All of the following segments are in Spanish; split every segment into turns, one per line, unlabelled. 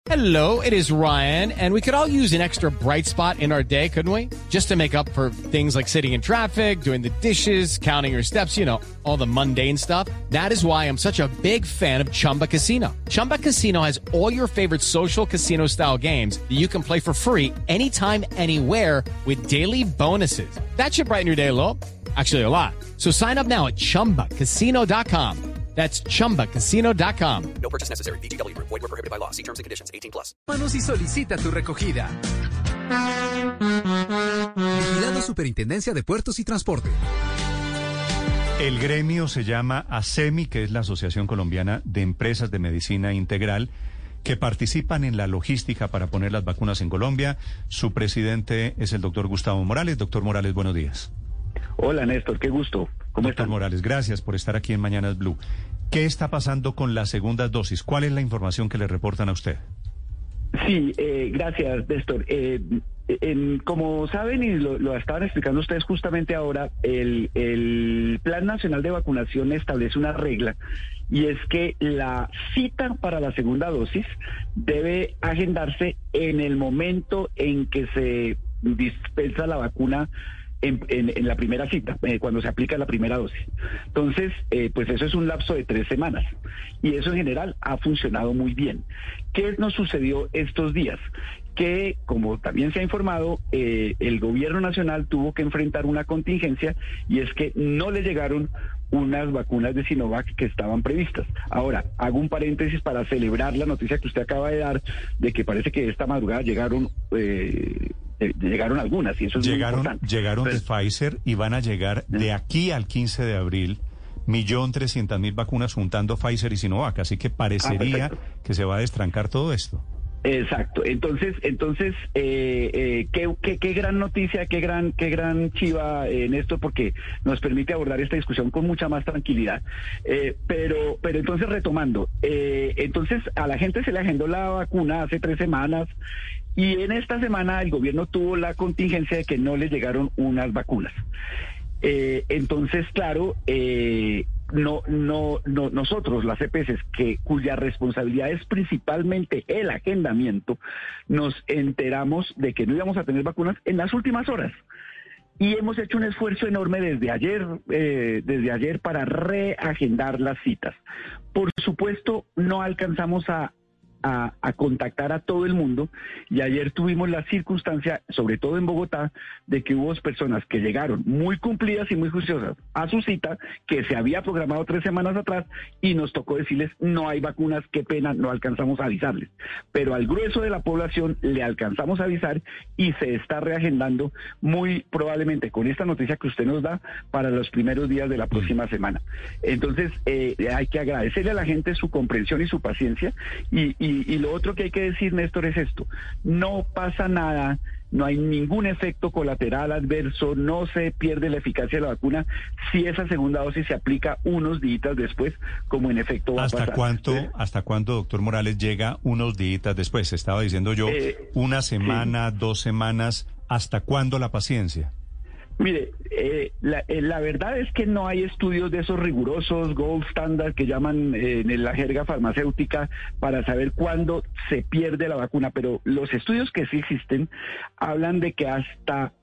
Hello, it is Ryan, and we could all use an extra bright spot in our day, couldn't we? Just to make up for things like sitting in traffic, doing the dishes, counting your steps, you know, all the mundane stuff. That is why I'm such a big fan of Chumba Casino. Chumba Casino has all your favorite social casino-style games that you can play for free anytime, anywhere with daily bonuses. That should brighten your day a little. Actually, a lot. So sign up now at ChumbaCasino.com. That's ChumbaCasino.com.
No purchase necessary. VGW Group. Void where prohibited by law. See terms and conditions. 18+.
Manos y solicita tu recogida. Vigilado Superintendencia de Puertos y Transporte.
El gremio se llama ASEMI, que es la Asociación Colombiana de Empresas de Medicina Integral, que participan en la logística para poner las vacunas en Colombia. Su presidente es el doctor Gustavo Morales. Doctor Morales, buenos días.
Hola, Néstor, qué gusto. ¿Cómo
Doctor
están?
Morales, gracias por estar aquí en Mañanas Blue. ¿Qué está pasando con las segundas dosis? ¿Cuál es la información que le reportan a usted?
Sí, gracias, Néstor. Como saben y lo estaban explicando ustedes justamente ahora, el Plan Nacional de Vacunación establece una regla y es que la cita para la segunda dosis debe agendarse en el momento en que se dispensa la vacuna en la primera cita, cuando se aplica la primera dosis. Entonces, pues eso es un lapso de 3 semanas. Y eso en general ha funcionado muy bien. ¿Qué nos sucedió estos días? Que, como también se ha informado, el gobierno nacional tuvo que enfrentar una contingencia y es que no le llegaron unas vacunas de Sinovac que estaban previstas. Ahora, hago un paréntesis para celebrar la noticia que usted acaba de dar, de que parece que esta madrugada llegaron algunas, y eso es muy importante.
Llegaron de Pfizer y van a llegar de aquí al 15 de abril 1.300.000 vacunas juntando Pfizer y Sinovac, así que parecería que se va a destrancar todo esto.
Exacto. Entonces, qué gran noticia, qué gran chiva en esto, porque nos permite abordar esta discusión con mucha más tranquilidad. Pero entonces retomando, entonces a la gente se le agendó la vacuna hace 3 semanas y en esta semana el gobierno tuvo la contingencia de que no le llegaron unas vacunas. Entonces, claro, nosotros, las EPS, cuya responsabilidad es principalmente el agendamiento, nos enteramos de que no íbamos a tener vacunas en las últimas horas. Y hemos hecho un esfuerzo enorme desde ayer para reagendar las citas. Por supuesto, no alcanzamos a contactar a todo el mundo, y ayer tuvimos la circunstancia, sobre todo en Bogotá, de que hubo personas que llegaron muy cumplidas y muy juiciosas a su cita, que se había programado 3 semanas atrás, y nos tocó decirles, no hay vacunas, qué pena, no alcanzamos a avisarles. Pero al grueso de la población le alcanzamos a avisar y se está reagendando muy probablemente con esta noticia que usted nos da para los primeros días de la próxima semana. Entonces, hay que agradecerle a la gente su comprensión y su paciencia, y lo otro que hay que decir, Néstor, es esto: no pasa nada, no hay ningún efecto colateral adverso, no se pierde la eficacia de la vacuna si esa segunda dosis se aplica unos días después, como en efecto va a pasar.
¿Hasta cuánto, doctor Morales, llega unos días después? Estaba diciendo yo, una semana, sí. 2 semanas, ¿hasta cuándo la paciencia?
Mire, la verdad es que no hay estudios de esos rigurosos, gold standard, que llaman en la jerga farmacéutica, para saber cuándo se pierde la vacuna, pero los estudios que sí existen hablan de que hasta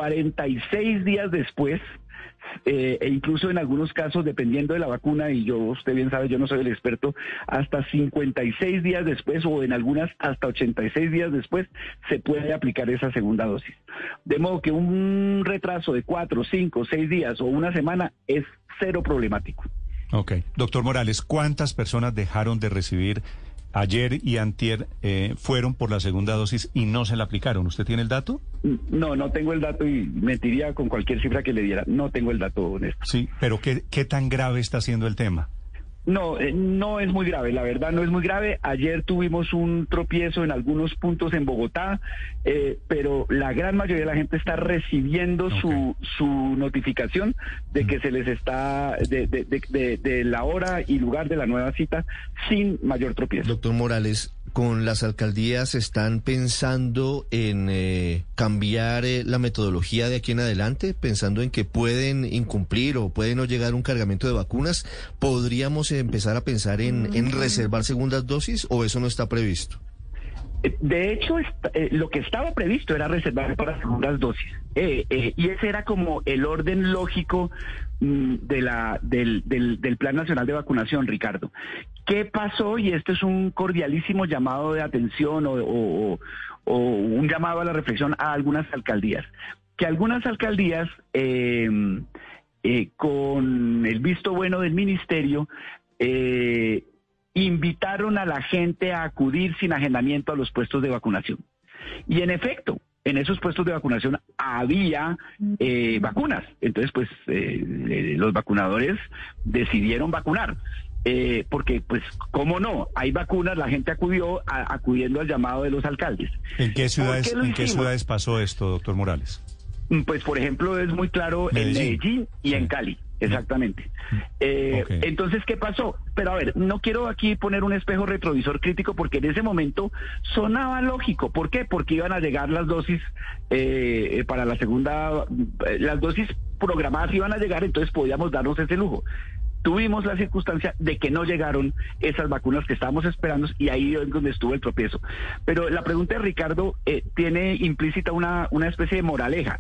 46 días después, e incluso en algunos casos, dependiendo de la vacuna, y usted bien sabe, yo no soy el experto, hasta 56 días después, o en algunas hasta 86 días después, se puede aplicar esa segunda dosis. De modo que un retraso de 4, 5, 6 días o una semana es cero problemático.
Ok. Doctor Morales, ¿cuántas personas dejaron de recibir ayer y antier, fueron por la segunda dosis y no se la aplicaron? ¿Usted tiene el dato?
No tengo el dato y mentiría con cualquier cifra que le diera. No tengo el dato, honesto.
Sí, pero ¿qué tan grave está siendo el tema?
No es muy grave, la verdad no es muy grave. Ayer tuvimos un tropiezo en algunos puntos en Bogotá, pero la gran mayoría de la gente está recibiendo su notificación de que se les está, de la hora y lugar de la nueva cita sin mayor tropiezo.
Doctor Morales, ¿con las alcaldías están pensando en cambiar la metodología de aquí en adelante, pensando en que pueden incumplir o puede no llegar un cargamento de vacunas? ¿Podríamos empezar a pensar en reservar segundas dosis o eso no está previsto?
De hecho, lo que estaba previsto era reservar para segundas dosis. Y ese era como el orden lógico del Plan Nacional de Vacunación, Ricardo. ¿Qué pasó? Y esto es un cordialísimo llamado de atención o un llamado a la reflexión a algunas alcaldías. Que algunas alcaldías, con el visto bueno del ministerio, invitaron a la gente a acudir sin agendamiento a los puestos de vacunación. Y en efecto, en esos puestos de vacunación había vacunas. Entonces, pues, los vacunadores decidieron vacunar. Porque, pues, ¿cómo no? Hay vacunas, la gente acudiendo al llamado de los alcaldes.
¿En qué ciudades pasó esto, doctor Morales?
Pues, por ejemplo, es muy claro en Medellín y en Cali. Exactamente. Okay. Entonces, ¿qué pasó? Pero a ver, no quiero aquí poner un espejo retrovisor crítico porque en ese momento sonaba lógico. ¿Por qué? Porque iban a llegar las dosis para la segunda, las dosis programadas iban a llegar, entonces podíamos darnos ese lujo. Tuvimos la circunstancia de que no llegaron esas vacunas que estábamos esperando y ahí es donde estuvo el tropiezo. Pero la pregunta de Ricardo tiene implícita una especie de moraleja.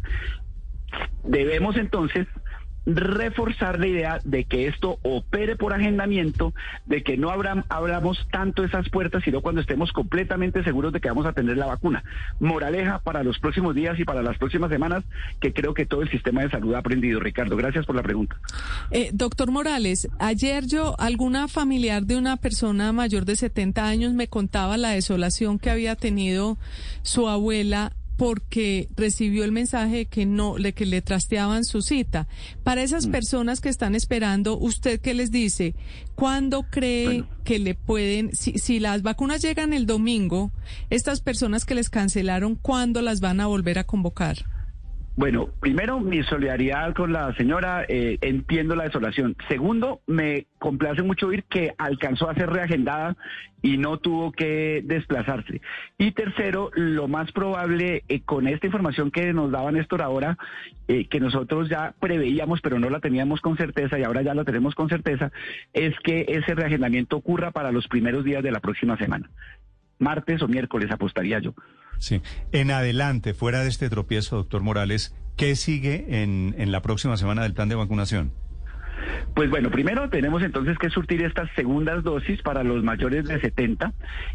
Debemos entonces reforzar la idea de que esto opere por agendamiento, de que no abramos tanto esas puertas, sino cuando estemos completamente seguros de que vamos a tener la vacuna. Moraleja para los próximos días y para las próximas semanas, que creo que todo el sistema de salud ha aprendido. Ricardo, gracias por la pregunta.
Doctor Morales, ayer alguna familiar de una persona mayor de 70 años me contaba la desolación que había tenido su abuela porque recibió el mensaje de que le trasteaban su cita. Para esas personas que están esperando, ¿usted qué les dice? ¿Cuándo cree que le pueden, si las vacunas llegan el domingo, estas personas que les cancelaron, ¿cuándo las van a volver a convocar?
Bueno, primero, mi solidaridad con la señora, entiendo la desolación. Segundo, me complace mucho oír que alcanzó a ser reagendada y no tuvo que desplazarse. Y tercero, lo más probable, con esta información que nos daba Néstor ahora, que nosotros ya preveíamos, pero no la teníamos con certeza y ahora ya la tenemos con certeza, es que ese reagendamiento ocurra para los primeros días de la próxima semana. Martes o miércoles, apostaría yo.
Sí. En adelante, fuera de este tropiezo, doctor Morales, ¿qué sigue en la próxima semana del plan de vacunación?
Pues bueno, primero tenemos entonces que surtir estas segundas dosis para los mayores de 70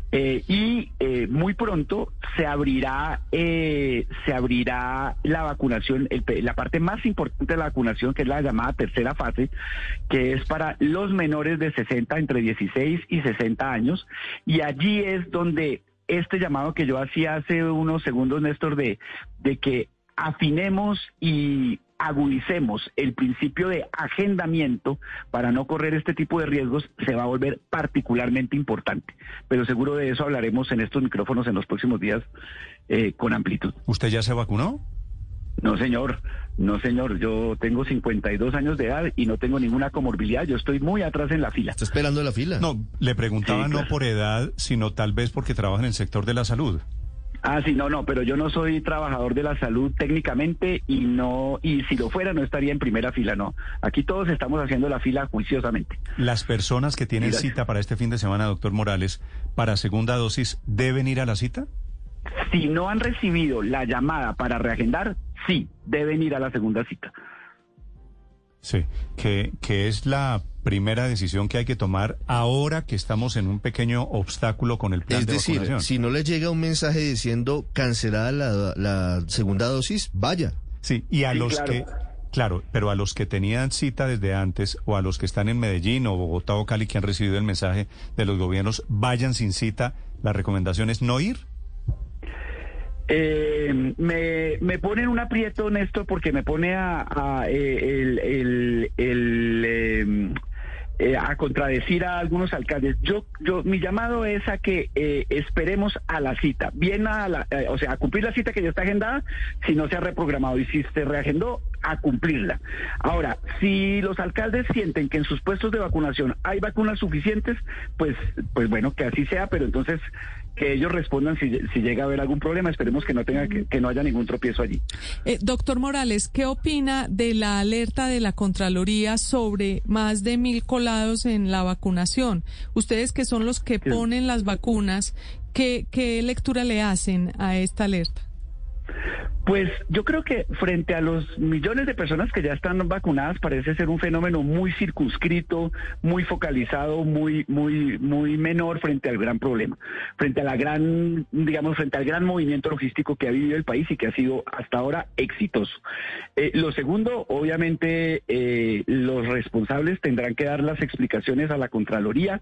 y muy pronto se abrirá la vacunación, la parte más importante de la vacunación, que es la llamada tercera fase, que es para los menores de 60, entre 16 y 60 años, y allí es donde este llamado que yo hacía hace unos segundos, Néstor, de que afinemos y agudicemos el principio de agendamiento para no correr este tipo de riesgos, se va a volver particularmente importante. Pero seguro de eso hablaremos en estos micrófonos en los próximos días con amplitud.
¿Usted ya se vacunó?
No, señor. Yo tengo 52 años de edad y no tengo ninguna comorbilidad. Yo estoy muy atrás en la fila.
¿Está esperando la fila?
No, le preguntaba sí, claro. No por edad, sino tal vez porque trabaja en el sector de la salud.
Ah, sí, no, pero yo no soy trabajador de la salud técnicamente y si lo fuera no estaría en primera fila, no. Aquí todos estamos haciendo la fila juiciosamente.
Las personas que tienen cita para este fin de semana, doctor Morales, para segunda dosis, ¿deben ir a la cita?
Si no han recibido la llamada para reagendar, sí, deben ir a la segunda cita.
Sí, que es la primera decisión que hay que tomar ahora que estamos en un pequeño obstáculo con el plan de vacunación.
Es decir, si no les llega un mensaje diciendo cancelada la segunda dosis, vaya.
Sí, y a los que... Claro, pero a los que tenían cita desde antes o a los que están en Medellín o Bogotá o Cali que han recibido el mensaje de los gobiernos, vayan sin cita, la recomendación es no ir.
Me pone en un aprieto, Néstor, porque me pone a contradecir a algunos alcaldes. Mi llamado es a que esperemos a la cita, bien a cumplir la cita que ya está agendada, si no se ha reprogramado, y si se reagendó, a cumplirla. Ahora, si los alcaldes sienten que en sus puestos de vacunación hay vacunas suficientes, pues bueno, que así sea, pero entonces que ellos respondan si llega a haber algún problema. Esperemos que no haya ningún tropiezo allí.
Doctor Morales, ¿qué opina de la alerta de la Contraloría sobre más de 1.000 colados en la vacunación? Ustedes que son los que ponen las vacunas, ¿Qué lectura le hacen a esta alerta?
Pues yo creo que frente a los millones de personas que ya están vacunadas parece ser un fenómeno muy circunscrito, muy focalizado, muy menor frente al gran problema, frente al gran movimiento logístico que ha vivido el país y que ha sido hasta ahora exitoso. Lo segundo, obviamente, los responsables tendrán que dar las explicaciones a la Contraloría.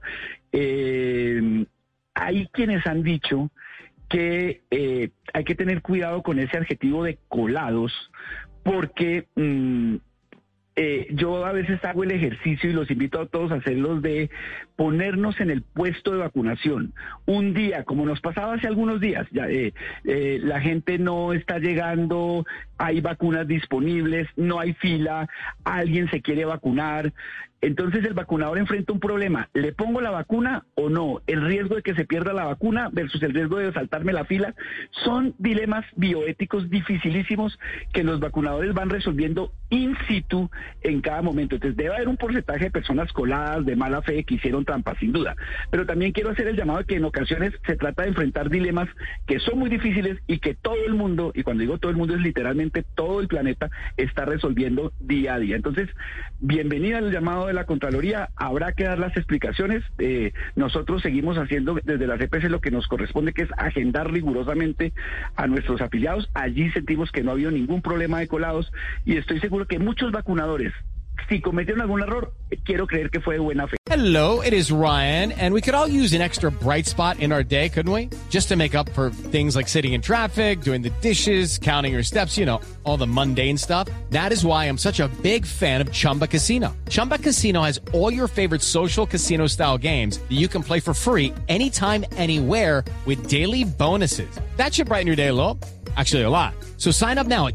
Hay quienes han dicho que hay que tener cuidado con ese adjetivo de colados, porque yo a veces hago el ejercicio y los invito a todos a hacerlos de ponernos en el puesto de vacunación. Un día, como nos pasaba hace algunos días, ya, la gente no está llegando, hay vacunas disponibles, no hay fila, alguien se quiere vacunar. Entonces el vacunador enfrenta un problema, ¿le pongo la vacuna o no? El riesgo de que se pierda la vacuna versus el riesgo de saltarme la fila, son dilemas bioéticos dificilísimos que los vacunadores van resolviendo in situ en cada momento. Entonces debe haber un porcentaje de personas coladas, de mala fe, que hicieron trampas, sin duda. Pero también quiero hacer el llamado de que en ocasiones se trata de enfrentar dilemas que son muy difíciles y que todo el mundo, y cuando digo todo el mundo es literalmente todo el planeta, está resolviendo día a día. Entonces, bienvenida al llamado de la Contraloría, habrá que dar las explicaciones. Nosotros seguimos haciendo desde la CPC lo que nos corresponde, que es agendar rigurosamente a nuestros afiliados. Allí sentimos que no ha habido ningún problema de colados y estoy seguro que muchos vacunadores, si cometieron algún error, quiero creer que fue de buena fe.
Hello, it is Ryan, and we could all use an extra bright spot in our day, couldn't we? Just to make up for things like sitting in traffic, doing the dishes, counting your steps, all the mundane stuff. That is why I'm such a big fan of Chumba Casino. Chumba Casino has all your favorite social casino-style games that you can play for free anytime, anywhere with daily bonuses. That should brighten your day a little. Actually, a lot. So sign up now at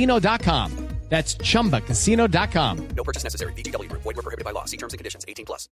ChumbaCasino.com. That's ChumbaCasino.com.
No purchase necessary. VGW Group. Void where prohibited by law. See terms and conditions. 18+.